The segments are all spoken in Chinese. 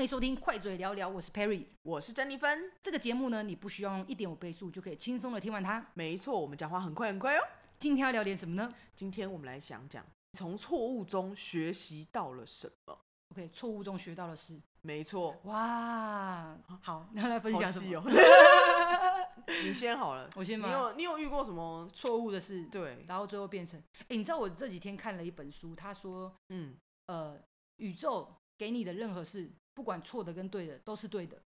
欢迎收听快嘴聊聊，我是 Perry， 我是珍妮芬。 这个节目呢，你不需要用1.5倍速就可以轻松的听完它。 没错，我们讲话很快很快哦。 今天要聊点什么呢？ 今天我们来讲讲从错误中学习到了什么。 OK， 错误中学到的事。 没错。 哇，好，那来分享什么？ 好细哦。你先好了。 我先吗？ 你有遇过什么错误的事？ 对， 然后最后变成，你知道我这几天看了一本书，他说，宇宙给你的任何事，不管错的跟对的，都是对的。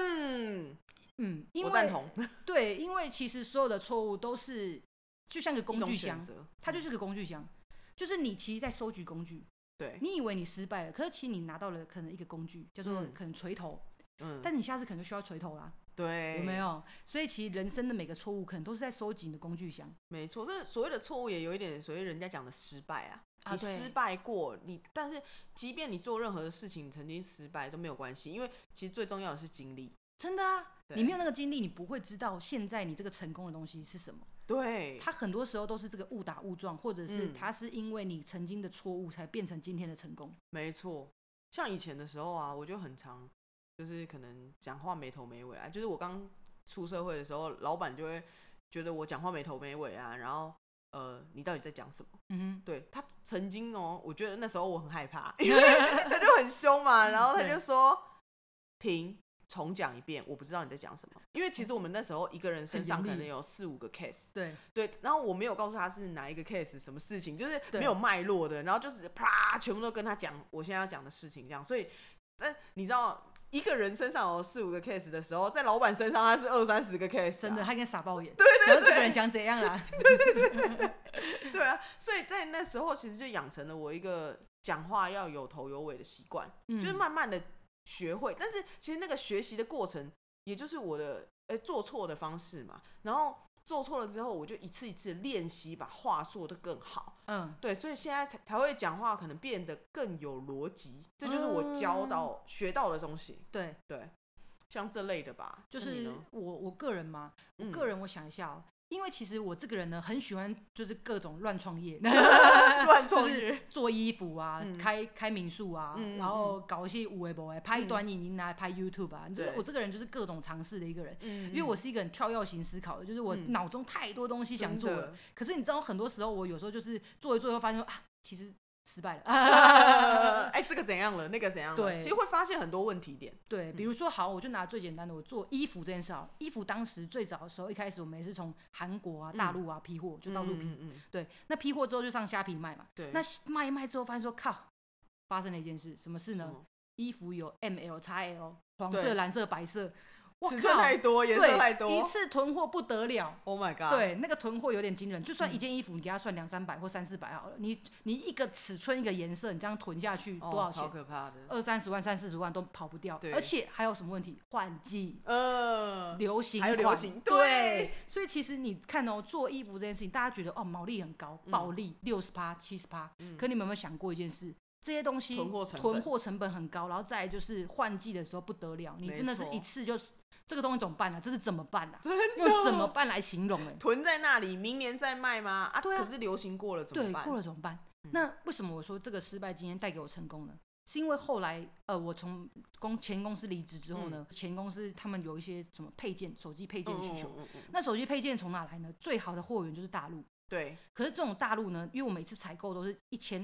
因为我赞同。 对，因为其实所有的错误都是就像个工具箱，它就是个工具箱，就是你其实在收集工具。 对， 你以为你失败了，可是其实你拿到了可能一个工具，叫做可能锤头。但你下次可能就需要锤头啦。 对， 有没有？所以其实人生的每个错误，可能都是在收集你的工具箱。 没错，这所谓的错误也有一点所谓人家讲的失败啊。你对， 失败过，但是即便你做任何的事情，你曾经失败都没有关系，因为其实最重要的是经历。 真的啊，你没有那个经历，你不会知道现在你这个成功的东西是什么。 对， 它很多时候都是这个误打误撞，或者是它是因为你曾经的错误才变成今天的成功。 没错，像以前的时候啊，我就很常就是可能讲话没头没尾啊，就是我刚出社会的时候，老板就会觉得我讲话没头没尾啊，然后你到底在讲什么？对，他曾经我觉得那时候我很害怕，因为他就很凶嘛，然后他就说停。重讲一遍，我不知道你在讲什么，因为其实我们那时候一个人身上可能有4-5个 case， 对，然后我没有告诉他是哪一个 case 什么事情，就是没有脉络的，然后就是啪全部都跟他讲我现在要讲的事情这样，所以你知道一个人身上有4-5个 case 的时候，在老板身上他是20-30个 case， 真的，他跟傻爆眼， 对， 想要这个人想怎样啦？ 对啊，所以在那时候其实就养成了我一个讲话要有头有尾的习惯，就是慢慢的学会，但是其实那个学习的过程，也就是我的做错的方式嘛。然后做错了之后，我就一次一次练习，把话说得更好。对，所以现在才会讲话，可能变得更有逻辑。这就是我学到的东西。对，像这类的吧。 就是我个人嘛，我想一下哦。因为其实我这个人呢，很喜欢就是各种乱创业，就是做衣服啊，开民宿啊，然后搞一些有的没的，拍短影音啊，拍 YouTube 啊，就是我这个人就是各种尝试的一个人。因为我是一个很跳跃型思考的，就是我脑中太多东西想做了，可是你知道很多时候我有时候就是做一做后发现说啊，其实失败了。 这个怎样了，那个怎样了， 对， 其实会发现很多问题点。 对，比如说好，我就拿最简单的，我做衣服这件事啊。衣服当时最早的时候，一开始我们也是从韩国啊、大陆啊批货，就到处批。对，那批货之后就上虾皮卖嘛。对，那卖一卖之后发现说靠，发生了一件事，什么事呢？衣服有 ML、XL， 黄色、蓝色、白色。 尺寸太多，颜色太多， 一次囤货不得了。 Oh my god！ 对，那个囤货有点惊人。就算一件衣服，你给他算200-300或300-400好了，你一个尺寸一个颜色，你这样囤下去多少钱？ 超可怕的 ，20-30万、30-40万都跑不掉。而且还有什么问题？换季，流行款， 还有流行， 对。所以其实你看做衣服这件事情，大家觉得毛利很高，暴利60%、70%。可你们有没有想过一件事？这些东西囤货成本很高，然后再来就是换季的时候不得了，你真的是一次就是这个东西怎么办啊？这是怎么办啊？用怎么办来形容？ 囤在那里，明年再卖吗？对啊，可是流行过了怎么办？ 对，过了怎么办？那为什么我说这个失败经验带给我成功呢？是因为后来我从前公司离职之后呢，前公司他们有一些什么配件，手机配件需求。那手机配件从哪来呢？最好的货源就是大陆。 对， 可是这种大陆呢，因为我每次采购都是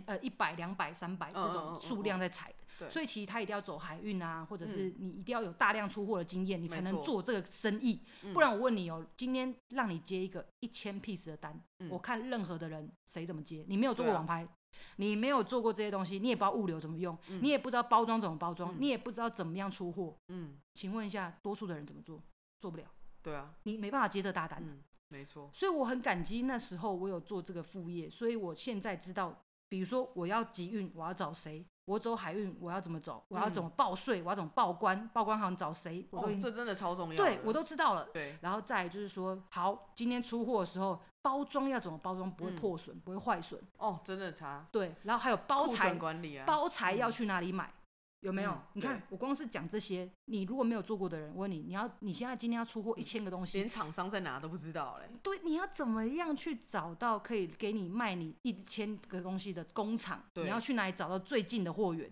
100、200、300这种数量在采的，所以其实它一定要走海运啊，或者是你一定要有大量出货的经验，你才能做这个生意。不然我问你今天让你接一个1000 piece 的单，我看任何的人谁怎么接？你没有做过网拍，你没有做过这些东西，你也不知道物流怎么用，你也不知道包装怎么包装，你也不知道怎么样出货。请问一下，多数的人怎么做？做不了。 对啊， 你没办法接这大单。 没错， 所以我很感激那时候我有做这个副业，所以我现在知道，比如说我要集运，我要找谁？我走海运，我要怎么走？我要怎么报税？我要怎么报关？报关行找谁？ 这真的超重要。 对，我都知道了。 对， 然后再来就是说，好，今天出货的时候，包装要怎么包装不会破损，不会坏损？ 真的差。 对，然后还有包材管理啊， 包材要去哪里买？有没有？你看，我光是讲这些，你如果没有做过的人，我问你，你现在今天要出货1000个东西， 连厂商在哪都不知道嘞。 对，你要怎么样去找到可以给你卖你1000个东西的工厂？你要去哪里找到最近的货源？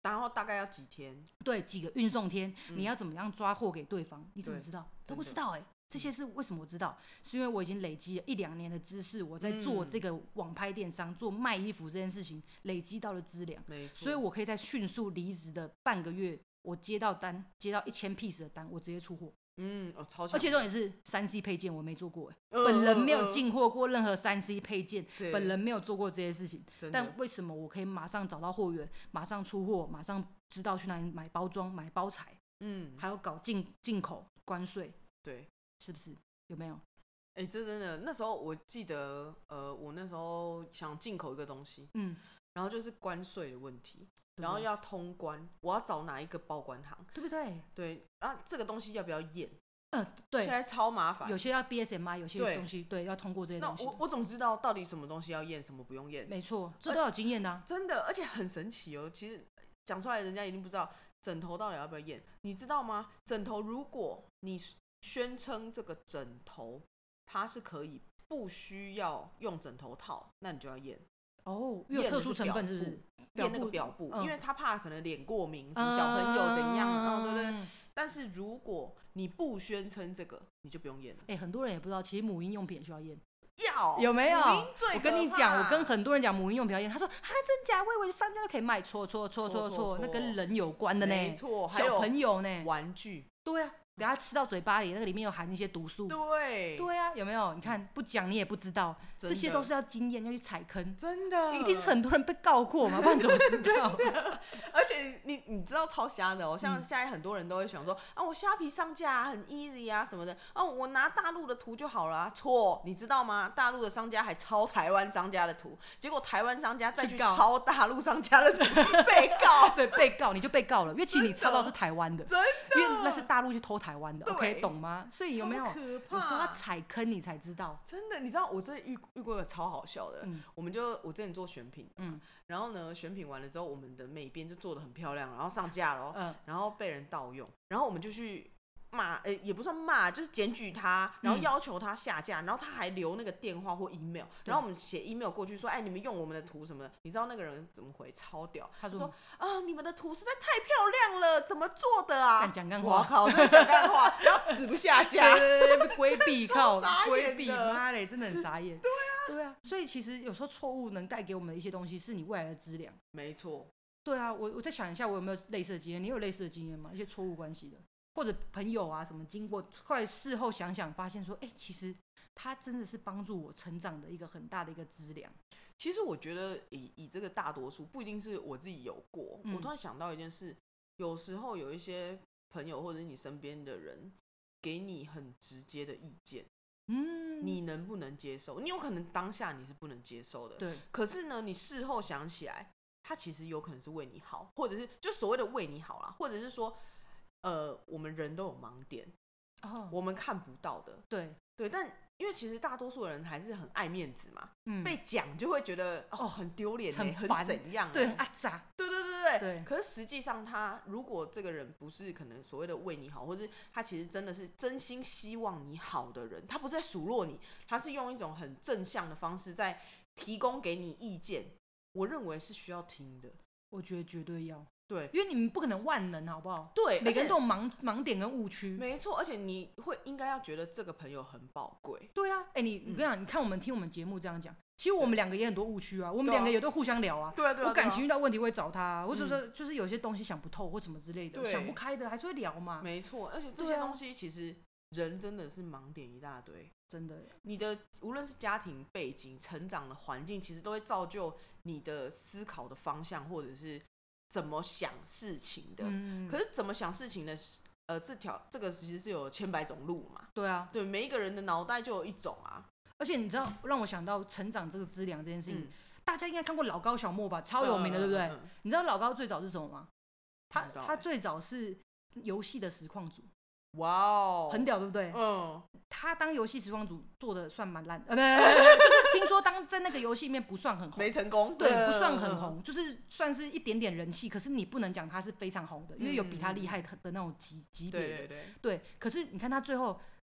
然后大概要几天？ 对，几个运送天，你要怎么样抓货给对方？你怎么知道？都不知道这些是为什么我知道？是因为我已经累积了1-2年的知识，我在做这个网拍电商，做卖衣服这件事情，累积到了资粮，所以我可以在迅速离职的半个月，我接到1000 piece 的单，我直接出货。 超强！ 而且重点是3C 配件，我没做过，本人没有进货过任何3C 配件，本人没有做过这些事情。但为什么我可以马上找到货源，马上出货，马上知道去哪里买包装、买包材，还有搞进口关税， 对， 是不是？有没有？ 这真的，那时候我记得，我那时候想进口一个东西，然后就是关税的问题。然后要通关，我要找哪一个报关行， 对不对？ 对啊，这个东西要不要验？ 对， 现在超麻烦。 有些要 BSMI， 有些东西对要通过这些东西。 那我怎么知道到底什么东西要验，什么不用验？ 没错，这都有经验的啊。 真的，而且很神奇哦。其实讲出来，人家一定不知道枕头到底要不要验，你知道吗？枕头，如果你宣称这个枕头它是可以不需要用枕头套，那你就要验。 有特殊成分是不是？ 验那个表布，因为他怕可能脸过敏，什么小朋友怎样，对不对？但是如果你不宣称这个，你就不用验了。 很多人也不知道，其实母婴用品也需要验。 有没有？我跟你讲，我跟很多人讲母婴用品要验，他说真假？我以为商家都可以卖，错，那跟人有关的呢。 没错， 小朋友呢， 玩具。 对啊。给他吃到嘴巴里，那个里面有含一些毒素。对啊，有没有？你看不讲你也不知道，这些都是要经验，要去踩坑。 真的， 一定是很多人被告过嘛，不然怎么知道？ 而且你知道超瞎的像现在很多人都会想说我虾皮上架很 easy 啊什么的我拿大陆的图就好了错，你知道吗？大陆的商家还抄台湾商家的图，结果台湾商家再去抄大陆商家的图，被告。 对，被告你就被告了，因为其实你抄到是台湾的， 真的， 因为那是大陆去偷台湾的 ，OK， 懂吗？所以有没有？ 可怕， 有时候要踩坑你才知道。 真的，你知道我真的遇过一个超好笑的，我之前做选品，然后呢选品完了之后，我们的美编就做得很漂亮，然后上架了，然后被人盗用，然后我们就去骂，也不算骂，就是检举他，然后要求他下架，然后他还留那个电话或 email， 然后我们写 email 过去说，你们用我们的图什么的，你知道那个人怎么回？超屌，他说你们的图实在太漂亮了，怎么做的啊？ 讲干话， 我靠，真的讲干话，然后死不下架， 被规避，靠，规避，妈嘞，真的很傻眼。对啊，所以其实有时候错误能带给我们的一些东西，是你未来的资粮。 没错。 对啊，我再想一下，我有没有类似的经验？你有类似的经验吗？一些错误关系的？或者朋友啊什么经过，后来事后想想发现说，其实他真的是帮助我成长的一个很大的一个资粮。 其实我觉得以这个大多数不一定是我自己有过，我突然想到一件事，有时候有一些朋友或者你身边的人给你很直接的意见，你能不能接受？你有可能当下你是不能接受的， 对。 可是呢，你事后想起来，他其实有可能是为你好，或者是就所谓的为你好啦，或者是说我们人都有盲点，我们看不到的，对，但因为其实大多数人还是很爱面子嘛，被讲就会觉得很丢脸，很怎样， 对，阿杂， 对。可是实际上他如果这个人不是可能所谓的为你好，或者他其实真的是真心希望你好的人，他不是在数落你，他是用一种很正向的方式在提供给你意见，我认为是需要听的。 我觉得绝对要。 对， 因为你们不可能万能，好不好？ 对， 每个人都有盲点跟误区。 没错，而且你应该要觉得这个朋友很宝贵。 对啊，你跟你讲，你看我们听我们节目这样讲，其实我们两个也很多误区啊，我们两个也都互相聊啊。 对啊， 我感情遇到问题会找他，或者说就是有些东西想不透或什么之类的，想不开的还是会聊嘛。 没错，而且这些东西其实人真的是盲点一大堆， 真的。 你的无论是家庭背景、成长的环境，其实都会造就你的思考的方向，或者是怎么想事情的。可是怎么想事情的，这个其实是有千百种路嘛。 对啊， 对，每一个人的脑袋就有一种啊。 而且你知道，让我想到成长这个资粮这件事情，大家应该看过老高小莫吧，超有名的，对不对？你知道老高最早是什么吗？他最早是游戏的实况组。 哇哦， 很屌，对不对？他当游戏实况组做的算蛮烂，就是听说在那个游戏里面不算很红， 没成功， 对，不算很红，就是算是一点点人气，可是你不能讲他是非常红的，因为有比他厉害的那种级别的，对。可是你看他最后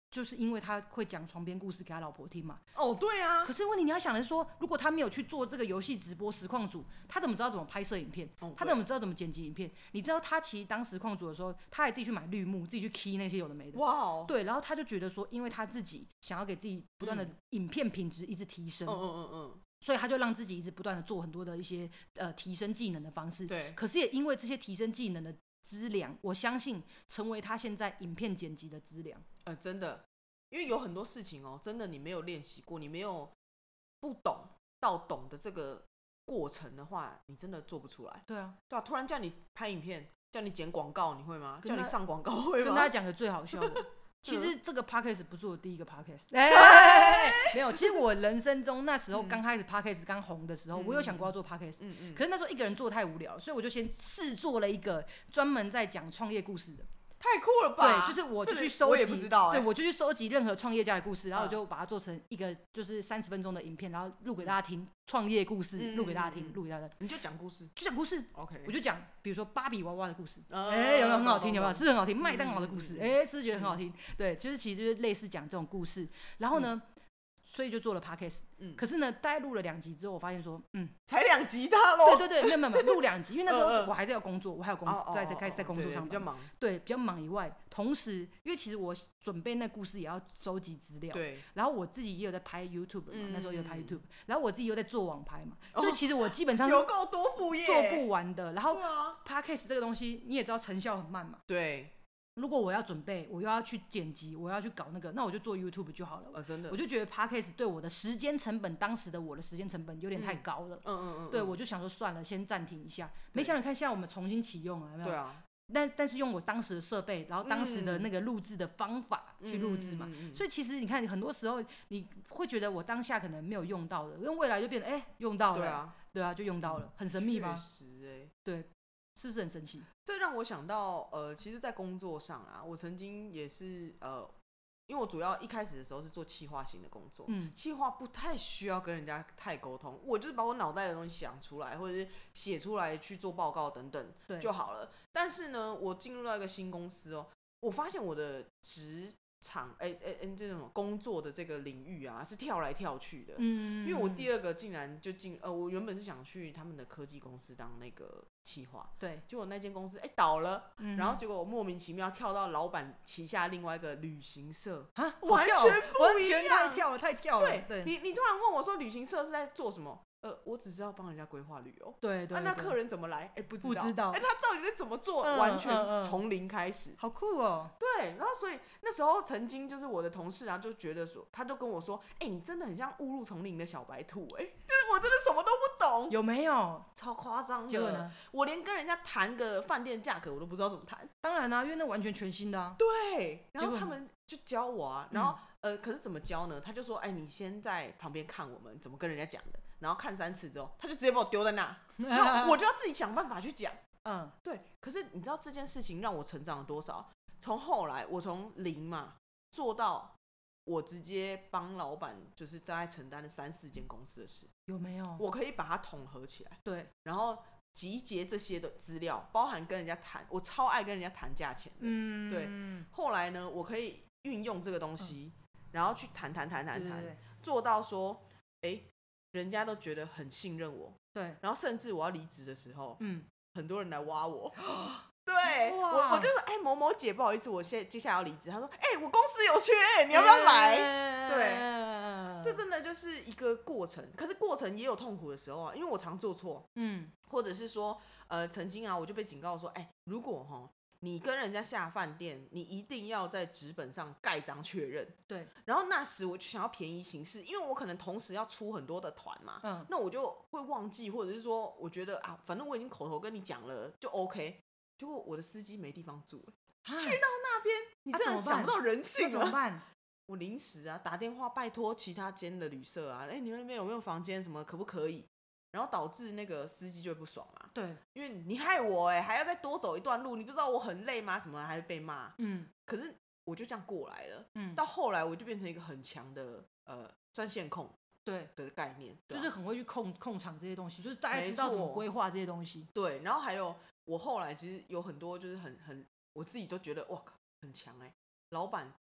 就是因为他会讲床边故事给他老婆听嘛。 哦，对啊。 可是问题你要想的是说，如果他没有去做这个游戏直播实况组，他怎么知道怎么拍摄影片？他怎么知道怎么剪辑影片？你知道他其实当实况组的时候，他还自己去买绿幕，自己去 key 那些有的没的。 哇哦。 对，然后他就觉得说，因为他自己想要给自己不断的影片品质一直提升。所以他就让自己一直不断的做很多的一些提升技能的方式。 对。 可是也因为这些提升技能的资粮，我相信成为他现在影片剪辑的资粮。 真的，因为有很多事情真的你没有练习过，你没有不懂到懂的这个过程的话，你真的做不出来。 对啊， 对啊，突然叫你拍影片，叫你剪广告，你会吗？叫你上广告会吗？ 跟大家讲个最好笑的。其实这个 podcast 不是我第一个 podcast，没有。其实我人生中那时候刚开始 podcast 刚红的时候，我有想过要做 podcast，可是那时候一个人做太无聊了，所以我就先试做了一个专门在讲创业故事的。 太酷了吧！ 对，就是我就去收集， 我也不知道对，我就去收集任何创业家的故事，然后我就把它做成一个就是30分钟的影片，然后录给大家听，创业故事录给大家听，录给大家。 你就讲故事， 就讲故事。 OK， 我就讲，比如说芭比娃娃的故事，有没有很好听？有没有？是很好听。麦当劳的故事，是不是觉得很好听？对，其实就是类似讲这种故事。然后呢？所以就做了 podcast，可是呢，大概录了2集之后，我发现说， 才2集他咯。 对，没有录2集，因为那时候我还在有工作，我还有公司在工作上班， 比较忙。 对，比较忙以外，同时因为其实我准备那故事也要收集资料， 对， 然后我自己也有在拍 YouTube 嘛，那时候有拍 YouTube，然后我自己又在做网拍嘛，所以其实我基本上有够多副业， 做不完的。然后 podcast 这个东西你也知道成效很慢嘛， 对。 如果我要准备，我又要去剪辑，我要去搞那个，那我就做 YouTube 就好了。 真的， 我就觉得 Podcast 对我的时间成本，当时的我的时间成本有点太高了。对，我就想说算了，先暂停一下。没想到你看，现在我们重新启用了，有没有？ 对啊。 但是用我当时的设备，然后当时的那个录制的方法去录制嘛，所以其实你看，很多时候你会觉得我当下可能没有用到的，因为未来就变得用到了。对啊，就用到了，很神秘吧？ 确实对。是不是很神奇？ 这让我想到，其实，在工作上啊，我曾经也是，因为我主要一开始的时候是做企划型的工作，企划不太需要跟人家太沟通，我就是把我脑袋的东西想出来，或者是写出来去做报告等等就好了。但是呢，我进入到一个新公司我发现我的职场这种工作的这个领域啊，是跳来跳去的。因为我第二个竟然就我原本是想去他们的科技公司当那个企划， 对， 结果那间公司倒了，然后结果我莫名其妙跳到老板旗下另外一个旅行社啊， 完全不一样， 太跳了。 对，你突然问我说旅行社是在做什么？我只知道帮人家规划旅游。 对， 那客人怎么来？不知道。 他到底是怎么做？完全从零开始。 好酷哦。 对，然后所以那时候曾经就是我的同事啊，就觉得说，他就跟我说，你真的很像误入丛林的小白兔，就是我真的什么都不懂。 有没有？ 超夸张的。 结果呢？ 我连跟人家谈个饭店价格我都不知道怎么谈。 当然啦，因为那完全全新的啊。 对，然后他们就教我啊，然后可是怎么教呢？他就说，你先在旁边看我们怎么跟人家讲的。然后看3次之后，他就直接把我丢在那，然后我就要自己想办法去讲。对。可是你知道这件事情让我成长了多少？从后来我从0嘛做到我直接帮老板，就是在承担了3-4间公司的事。 有没有？ 我可以把它统合起来。 对。 然后集结这些的资料，包含跟人家谈，我超爱跟人家谈价钱的。对。后来呢，我可以运用这个东西，然后去谈，做到说，人家都觉得很信任我， 对， 然后甚至我要离职的时候，很多人来挖我，对，我就说，某某姐，不好意思，我接下来要离职。他说，我公司有缺，你要不要来？对，这真的就是一个过程，可是过程也有痛苦的时候啊，因为我常做错，或者是说，曾经啊，我就被警告说，如果你跟人家下饭店，你一定要在纸本上盖章确认。 对。 然后那时我就想要便宜行事，因为我可能同时要出很多的团嘛，那我就会忘记，或者是说，我觉得啊，反正我已经口头跟你讲了，就 OK。结果我的司机没地方住了，去到那边，你真的想不到人性了。 怎么办？ 我临时啊打电话拜托其他间的旅社啊，你们那边有没有房间？什么可不可以？然后导致那个司机就会不爽嘛。 对， 因为你害我还要再多走一段路，你不知道我很累吗？什么还是被骂。可是我就这样过来了。到后来我就变成一个很强的算线控的概念， 就是很会去控场这些东西，就是大概知道怎么规划这些东西。 对，然后还有我后来其实有很多就是很我自己都觉得哇很强老板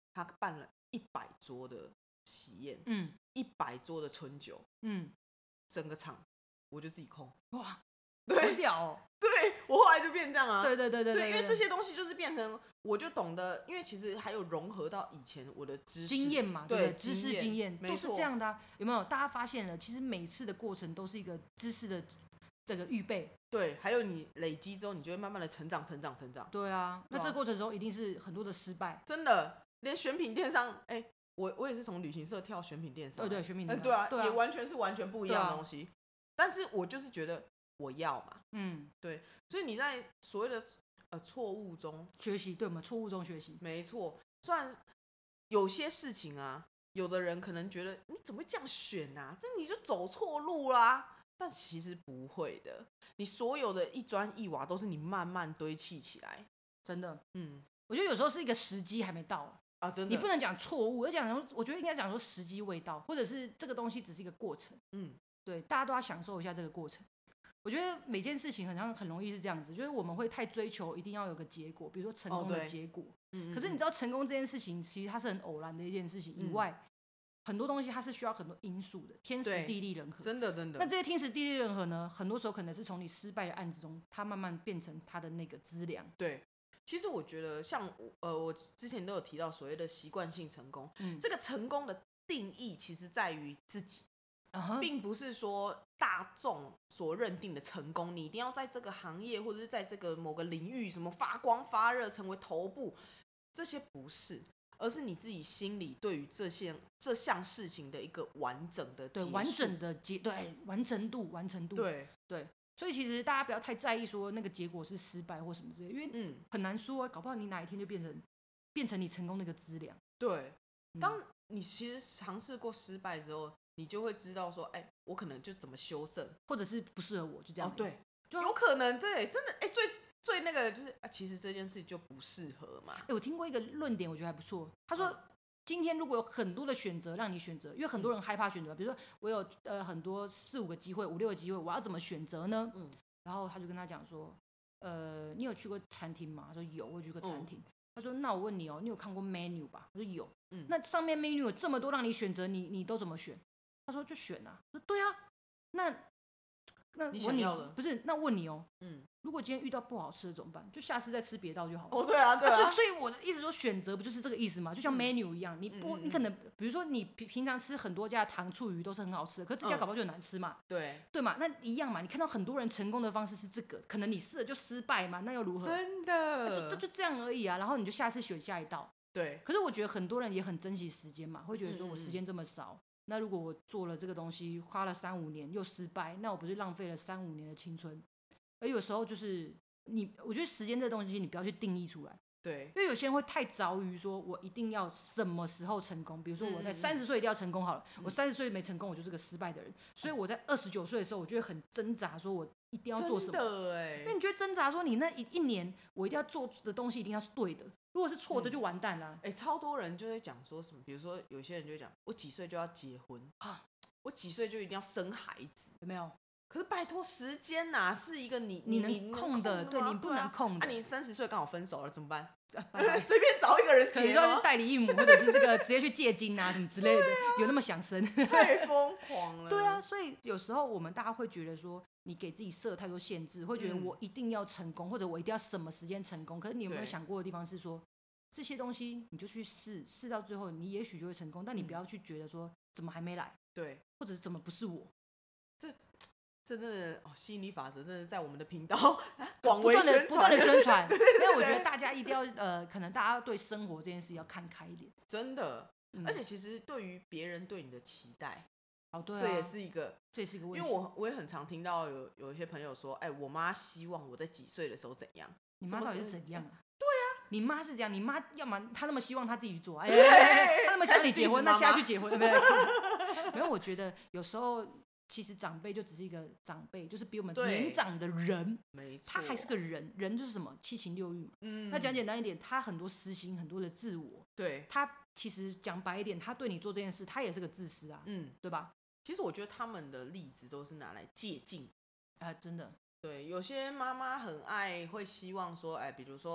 他办了100桌的喜宴，100桌的春酒，整个场我就自己控。 哇， 对， 好屌哦！ 对，我后来就变这样啊。 对， 因为这些东西就是变成，我就懂得，因为其实还有融合到以前我的知识经验嘛，对不对？知识经验都是这样的啊，有没有？大家发现了，其实每次的过程都是一个知识的这个预备。 对，还有你累积之后，你就会慢慢的成长。 对啊，那这个过程中一定是很多的失败。 真的，连选品电商，我也是从旅行社跳选品电商。 对，选品电商。 对啊，也完全不一样的东西。但是我就是觉得我要嘛。对，所以你在所谓的错误中学习，对，我们错误中学习， 没错。虽然有些事情啊，有的人可能觉得你怎么会这样选啊？这你就走错路啦。但其实不会的，你所有的一砖一瓦都是你慢慢堆砌起来。 真的。我觉得有时候是一个时机还没到啊，真的。 你不能讲错误，而讲我觉得应该讲说时机未到，或者是这个东西只是一个过程。对，大家都要享受一下这个过程。我觉得每件事情很容易是这样子，就是我们会太追求一定要有个结果，比如说成功的结果。可是你知道成功这件事情，其实它是很偶然的一件事情以外，很多东西它是需要很多因素的，天时地利人和。 真的。 那这些天时地利人和呢，很多时候可能是从你失败的案子中，它慢慢变成它的那个资粮。 对，其实我觉得像我之前都有提到所谓的习惯性成功，这个成功的定义其实在于自己。并不是说大众所认定的成功，你一定要在这个行业或者是在这个某个领域什么发光发热成为头部，这些不是，而是你自己心里对于这项事情的一个完整的结束， 完整的完成度。对，所以其实大家不要太在意说那个结果是失败或什么之类的，因为很难说，搞不好你哪一天就变成你成功的一个资粮。 对，当你其实尝试过失败之后，你就会知道说，我可能就怎么修正， 或者是不适合我，就这样。 对，有可能，对，真的，最那个就是其实这件事就不适合嘛。 我听过一个论点，我觉得还不错。他说，今天如果有很多的选择让你选择，因为很多人害怕选择，比如说我有很多4-5个机会、5-6个机会，我要怎么选择呢？然后他就跟他讲说，你有去过餐厅吗？他说有，我去过餐厅。他说那我问你哦，你有看过 menu 吧？我说有。那上面 menu 有这么多让你选择，你都怎么选？他说就选啊。我说对啊，那你想要的不是？那问你哦，如果今天遇到不好吃的怎么办？就下次再吃别道就好了。 对啊。 所以我的意思说，选择不就是这个意思吗？就像 menu 一样，你可能比如说你平常吃很多家的糖醋鱼都是很好吃的，可是这家搞不好就很难吃嘛。对嘛？那一样嘛。你看到很多人成功的方式是这个，可能你试了就失败嘛，那又如何？ 真的， 就这样而已啊。然后你就下次选下一道。 对。 可是我觉得很多人也很珍惜时间嘛，会觉得说我时间这么少。那如果我做了这个东西，花了3-5年又失败，那我不是浪费了3-5年的青春？而有时候就是我觉得时间这东西你不要去定义出来， 对， 因为有些人会太着于说我一定要什么时候成功，比如说我在30岁一定要成功好了，我30岁没成功，我就是个失败的人，所以我在29岁的时候，我就会很挣扎，说我一定要做什么， 真的因为你觉得挣扎说你那一年我一定要做的东西一定要是对的。如果是错的就完蛋了。 超多人就会讲说什么，比如说有些人就会讲，我几岁就要结婚啊，我几岁就一定要生孩子， 有没有？ 可是拜托，时间哪是一个你能控的？对，你不能控的。 你30岁刚好分手了怎么办？随便找一个人结， 可能说是代理孕母，或者是这个直接去借精啊什么之类的，有那么想生？ 太疯狂了。 对啊，所以有时候我们大家会觉得说，你给自己设太多限制，会觉得我一定要成功，或者我一定要什么时间成功。可是你有没有想过的地方是说，这些东西你就去试到最后，你也许就会成功，但你不要去觉得说怎么还没来， 对， 或者是怎么不是我。 这真的吸引力法则真的在我们的频道广为不断的宣传。因为我觉得大家一定要可能大家对生活这件事要看开一点， 真的。而且其实对于别人对你的期待， 对啊， 这也是一个问题。 因为我也很常听到有一些朋友说，我妈希望我在几岁的时候怎样。 你妈到底是怎样啊？ 对啊， 你妈是这样，你妈要么她那么希望她自己做，她那么想你结婚，那现在去结婚，对不对？没有，我觉得有时候其实长辈就只是一个长辈，就是比我们年长的人， 没错， 他还是个人，人就是什么七情六欲嘛。那讲简单一点，他很多私心，很多的自我。 对， 他其实讲白一点，他对你做这件事，他也是个自私啊，对吧？ 其实我觉得他们的例子都是拿来借鉴真的。 对，有些妈妈很爱会希望说，比如说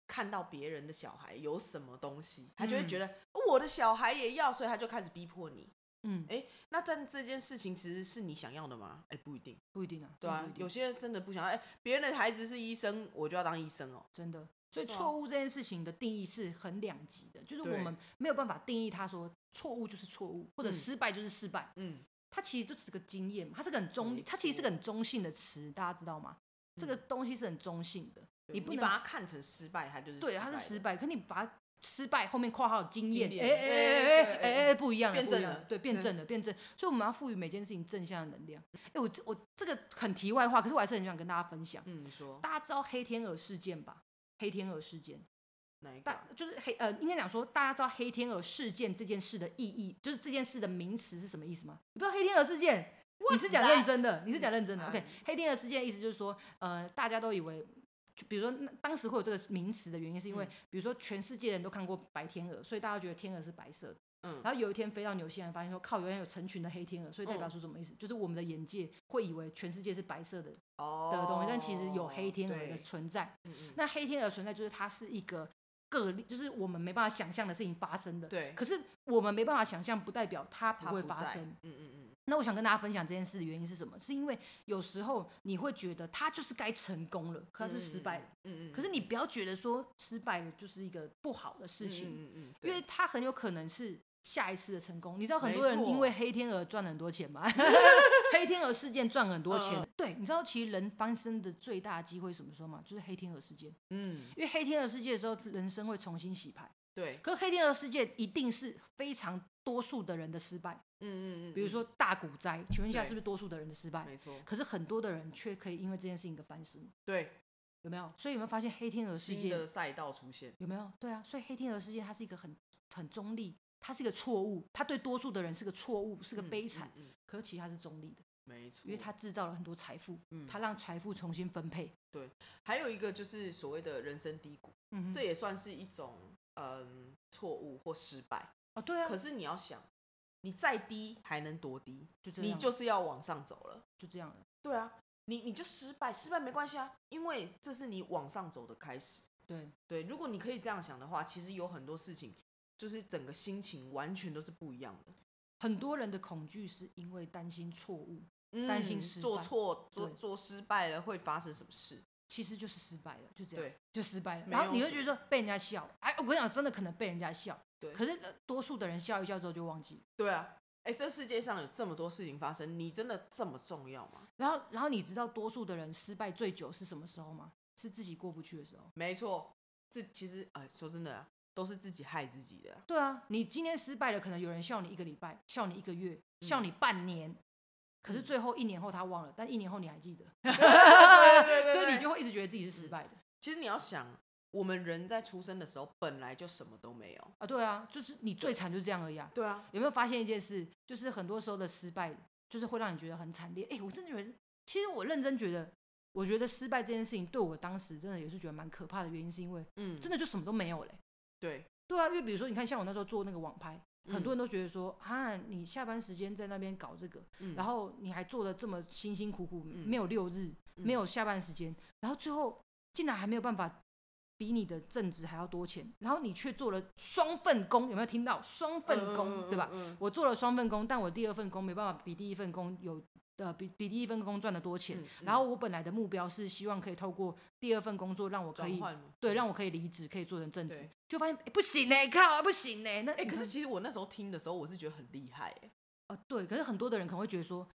看到别人的小孩有什么东西，他就会觉得我的小孩也要，所以他就开始逼迫你。那但这件事情其实是你想要的吗？不一定， 不一定啊， 对啊，有些真的不想要。别人的孩子是医生，我就要当医生哦， 真的。所以错误这件事情的定义是很两极的，就是我们没有办法定义它说错误就是错误，或者失败就是失败。它其实就只是个经验嘛，它是个很中立，它其实是个很中性的词，大家知道吗？这个东西是很中性的，你不能把它看成失败，它就是对，它是失败。可你把它失败后面括号经验，不一样了， 变正了， 对，变正了，变正。所以我们要赋予每件事情正向的能量。我这个很题外话，可是我还是很想跟大家分享。 你说， 大家知道黑天鹅事件吧？黑天鹅事件。 哪一个？ 就是应该讲说，大家知道黑天鹅事件这件事的意义，就是这件事的名词是什么意思吗？你不知道黑天鹅事件？你是讲认真的，OK， 黑天鹅事件的意思就是说，大家都以为，比如说当时会有这个名词的原因，是因为，比如说全世界人都看过白天鹅，所以大家觉得天鹅是白色的。然后有一天飞到纽西兰，发现说靠，原来有成群的黑天鹅，所以代表出什么意思？就是我们的眼界会以为全世界是白色的东西，但其实有黑天鹅的存在。那黑天鹅存在就是它是一个个例，就是我们没办法想象的事情发生的。 对。 可是我们没办法想象，不代表它不会发生。那我想跟大家分享这件事的原因是什么？是因为有时候你会觉得它就是该成功了，可它就是失败了。可是你不要觉得说失败了就是一个不好的事情，因为它很有可能是下一次的成功。你知道很多人因为黑天鹅赚了很多钱吗？黑天鹅事件赚很多钱。对，你知道其实人翻身的最大的机会是什么时候吗？就是黑天鹅事件。因为黑天鹅事件的时候，人生会重新洗牌。 对。 可是黑天鹅事件一定是非常多数的人的失败。比如说大股灾，请问一下是不是多数的人的失败？ 没错。 可是很多的人却可以因为这件事情的翻身。 对。 有没有？所以有没有发现黑天鹅事件新的赛道出现？ 有没有？对啊，所以黑天鹅事件它是一个很中立，它是一个错误，它对多数的人是个错误，是个悲惨。可是其实它是中立的。 没错。 因为它制造了很多财富，它让财富重新分配。 对。还有一个就是所谓的人生低谷，这也算是一种错误或失败。 对啊。 可是你要想，你再低还能多低？ 就这样， 你就是要往上走了。 就这样了。 对啊，你就失败没关系啊，因为这是你往上走的开始。对，如果你可以这样想的话，其实有很多事情，就是整个心情完全都是不一样的。 很多人的恐惧是因为担心错误，担心失败， 做错做失败了会发生什么事？ 其实就是失败了，就这样。 对， 就失败了。然后你会觉得说被人家笑，我跟你讲，真的可能被人家笑。 对。 可是多数的人笑一笑之后就忘记。 对啊。这世界上有这么多事情发生，你真的这么重要吗？ 然后你知道多数的人失败最久是什么时候吗？是自己过不去的时候。 没错。其实说真的都是自己害自己的。 对啊，你今天失败了，可能有人笑你1个礼拜，笑你1个月，笑你半年，可是最后1年后他忘了，但1年后你还记得。所以你就会一直觉得自己是失败的。 其实你要想，我们人在出生的时候本来就什么都没有啊。对啊，就是你最惨就是这样而已啊。 对啊。 有没有发现一件事，就是很多时候的失败就是会让你觉得很惨烈。我真的觉得，其实我认真觉得，我觉得失败这件事情对我当时真的也是觉得蛮可怕的原因，是因为真的就什么都没有嘞。对啊，因为比如说你看，像我那时候做那个网拍，很多人都觉得说你下班时间在那边搞这个，然后你还做的这么辛辛苦苦，没有6日，没有下班时间，然后最后竟然还没有办法比你的正职还要多钱，然后你却做了双份工，有没有听到？双份工，对吧？我做了双份工，但我第2份工没办法比第1份工有比第1份工赚的多钱，然后我本来的目标是希望可以透过第2份工作让我可以让我可以离职，可以做成正职，就发现不行靠不行可是其实我那时候听的时候，我是觉得很厉害对，可是很多的人可能会觉得说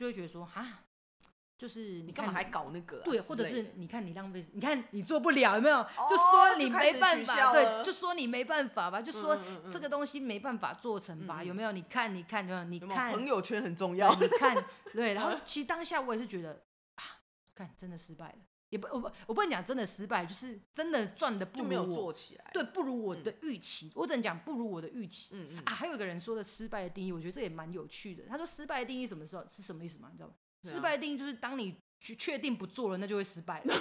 就是你干嘛还搞那个对，或者是你看你浪费，你看你做不了，有没有？就说你没办法，对，就说你没办法吧，就说这个东西没办法做成吧，有没有？你看，你看朋友圈很重要， 你看，对。然后其实当下我也是觉得看真的失败了，也我不能讲真的失败，就是真的赚的不如我， 就没有做起来， 对，不如我的预期。我只能讲不如我的预期。还有一个人说的失败的定义，我觉得这也蛮有趣的。他说失败的定义什么时候是什么意思吗？你知道吗？失败的定义就是当你确定不做了，那就会失败了。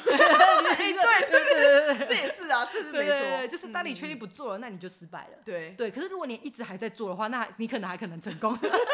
对，这也是啊，这是没错， 就是当你确定不做了，那你就失败了。 对， 可是如果你一直还在做的话，那你可能还可能成功。 靠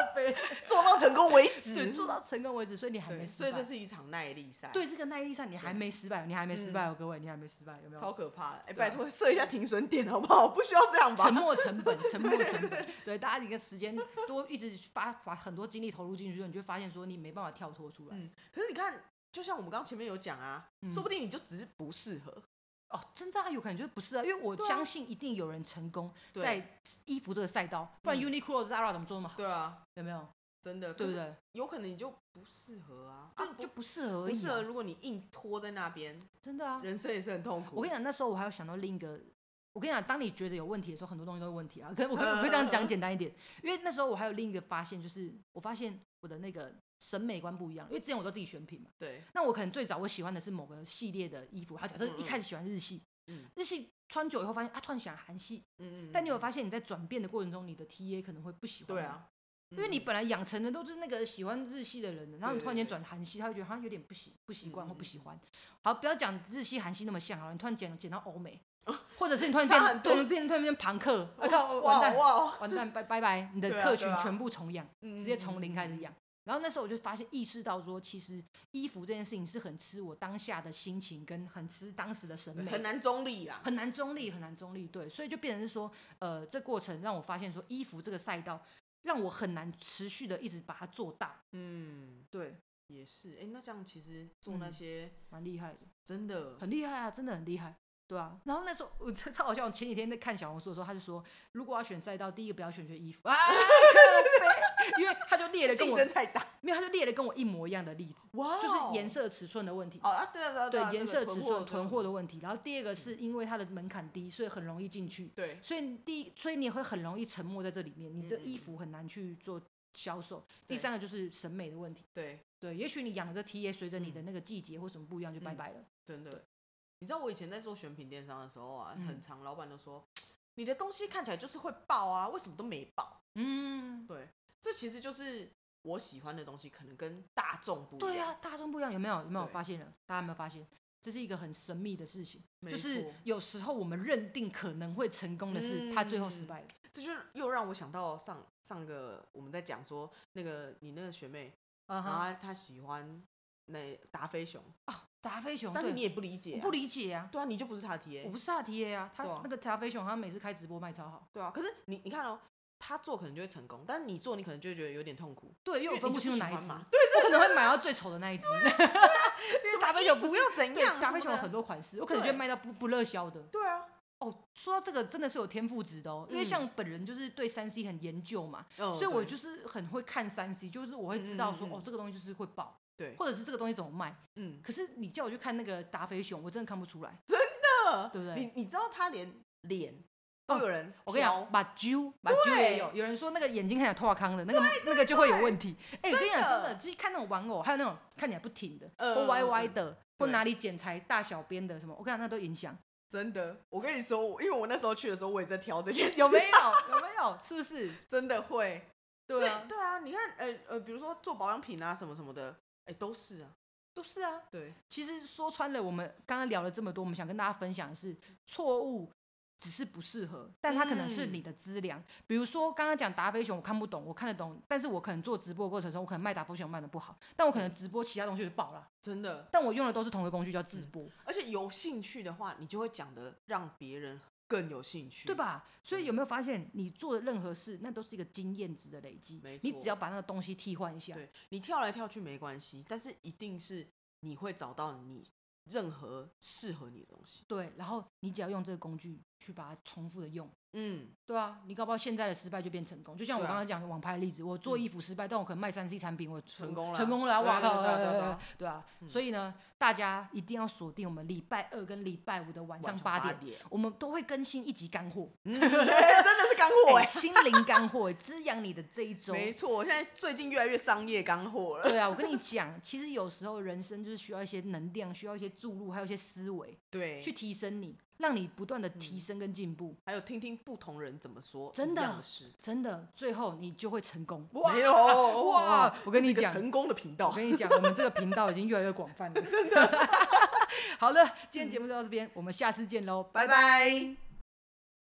做到成功为对， 止， 做到成功为止，所以你还没失败。 所以这是一场耐力赛。 对，这个耐力赛你还没失败，你还没失败哦，各位，你还没失败，有没有？ 超可怕的！拜托设一下停损点好不好？不需要这样吧？ 沉没成本，沉没成本。对，大家一个时间多一直把很多精力投入进去之后，你就会发现说你没办法跳脱出来。 可是你看，就像我们刚刚前面有讲啊，说不定你就只是不适合。 哦，真的有可能就是不是啊，因为我相信一定有人成功在衣服这个赛道，不然 Uniqlo、Zara 怎么做那么好？ 对啊， 有没有？ 真的， 对不对？ 有可能你就不适合啊， 就不适合而已。 不适合，如果你硬拖在那边， 真的啊， 人生也是很痛苦。 我跟你讲，那时候我还有想到另一个。我跟你讲，当你觉得有问题的时候，很多东西都有问题啊。我可以这样讲简单一点，因为那时候我还有另一个发现，就是我发现我的那个审美观不一样。因为之前我都自己选品嘛， 对。 那我可能最早我喜欢的是某个系列的衣服，好，假设一开始喜欢日系，日系穿久以后发现突然喜欢韩系，但你有发现你在转变的过程中，你的 TA 可能会不喜欢， 对啊， 因为你本来养成的都是那个喜欢日系的人，然后你突然间转韩系，他会觉得好像有点不习惯或不喜欢。好，不要讲日系韩系那么像好了，你突然剪到欧美。或者是你突然突然变朋克，完蛋，拜拜，你的客群全部重养，直接从零开始养。然后那时候我就发现意识到说，其实衣服这件事情是很吃我当下的心情，跟很吃当时的审美， 很难中立啊， 很难中立。对，所以就变成是说，这过程让我发现说，衣服这个赛道让我很难持续的一直把它做大。对， 也是。那这样其实做那些蛮厉害的， 真的很厉害啊，真的很厉害。对啊，然后那时候我超好笑，我前几天在看小红书的时候，他就说，如果要选赛道，第一个不要选衣服啊，因为他就列了跟我竞争太大， 没有，他就列了跟我一模一样的例子，就是颜色尺寸的问题。对，颜色尺寸囤货的问题。然后第二个是因为它的门槛低，所以很容易进去。 对， 所以你也会很容易沉没在这里面，你的衣服很难去做销售。第三个就是审美的问题。对，也许你养的这 TA 随着你的那个季节或什么不一样就拜拜了。 真的。你知道我以前在做选品电商的时候啊，很常老板都说，你的东西看起来就是会爆啊，为什么都没爆？对，这其实就是我喜欢的东西可能跟大众不一样。 对啊，大众不一样，有没有发现了？大家有没有发现？这是一个很神秘的事情，就是有时候我们认定可能会成功的事，他最后失败了。 这就又让我想到上个我们在讲说你那个学妹，然后她喜欢那达菲熊啊。达菲熊， 但是你也不理解， 我不理解啊。 对啊，你就不是他的 TA， 我不是他的 TA 啊。他那个达菲熊，他每次开直播卖超好。 对啊，可是你看哦，他做可能就会成功，但是你做你可能就会觉得有点痛苦。 对，因为我分不清楚哪一只， 对， 我可能会买到最丑的那一只。 因为达菲熊不要怎样， 达菲熊有很多款式，我可能就会卖到不热销的。 对啊。 说到这个真的是有天赋值的哦，因为像本人就是对3C 很研究嘛，所以我就是很会看3C，就是我会知道说这个东西就是会爆。 对， 或者是这个东西怎么卖？可是你叫我去看那个达菲熊，我真的看不出来， 真的， 对不对？ 你知道他连脸都有人， 我跟你讲，把揪也有人说那个眼睛看起来透康的，那个就会有问题。我跟你讲，真的，就是看那种玩偶，还有那种看起来不挺的，或歪歪的，或哪里剪裁大小边的什么，我跟你讲，那都影响。 真的，我跟你说，因为我那时候去的时候，我也在挑这件事， 有没有？是不是？ 真的会？ 对啊， 对啊，你看，比如说做保养品啊，什么什么的。都是啊，对。 其实说穿了，我们刚刚聊了这么多，我们想跟大家分享的是，错误只是不适合，但它可能是你的资粮。比如说刚刚讲达菲熊，我看不懂，我看得懂，但是我可能做直播的过程中，我可能卖达菲熊卖的不好，但我可能直播其他东西就爆了， 真的。 但我用的都是同一个工具，叫直播。 而且有兴趣的话，你就会讲的让别人更有兴趣， 对吧？所以有没有发现，你做的任何事，那都是一个经验值的累积。你只要把那个东西替换一下， 对，你跳来跳去没关系，但是一定是你会找到你任何适合你的东西。 对，然后你只要用这个工具去把它重复的用。对啊，你搞不好现在的失败就变成功。就像我刚刚讲的网拍的例子，我做衣服失败，但我可能卖3C 产品，我成功了，哇靠！对啊，所以呢，大家一定要锁定我们礼拜2跟礼拜5的晚上8点，我们都会更新一集干货， 真的是干货心灵干货，滋养你的这一周。 没错，我现在最近越来越商业干货了。 对啊，我跟你讲，其实有时候人生就是需要一些能量，需要一些注入，还有一些思维， 对， 去提升你。让你不断的提升跟进步， 还有听听不同人怎么说， 真的，真的，最后你就会成功。 没有哇！ 我跟你讲， 成功的频道。 我跟你讲，我们这个频道已经越来越广泛了，真的。好了，今天节目就到这边，我们下次见喽，拜拜。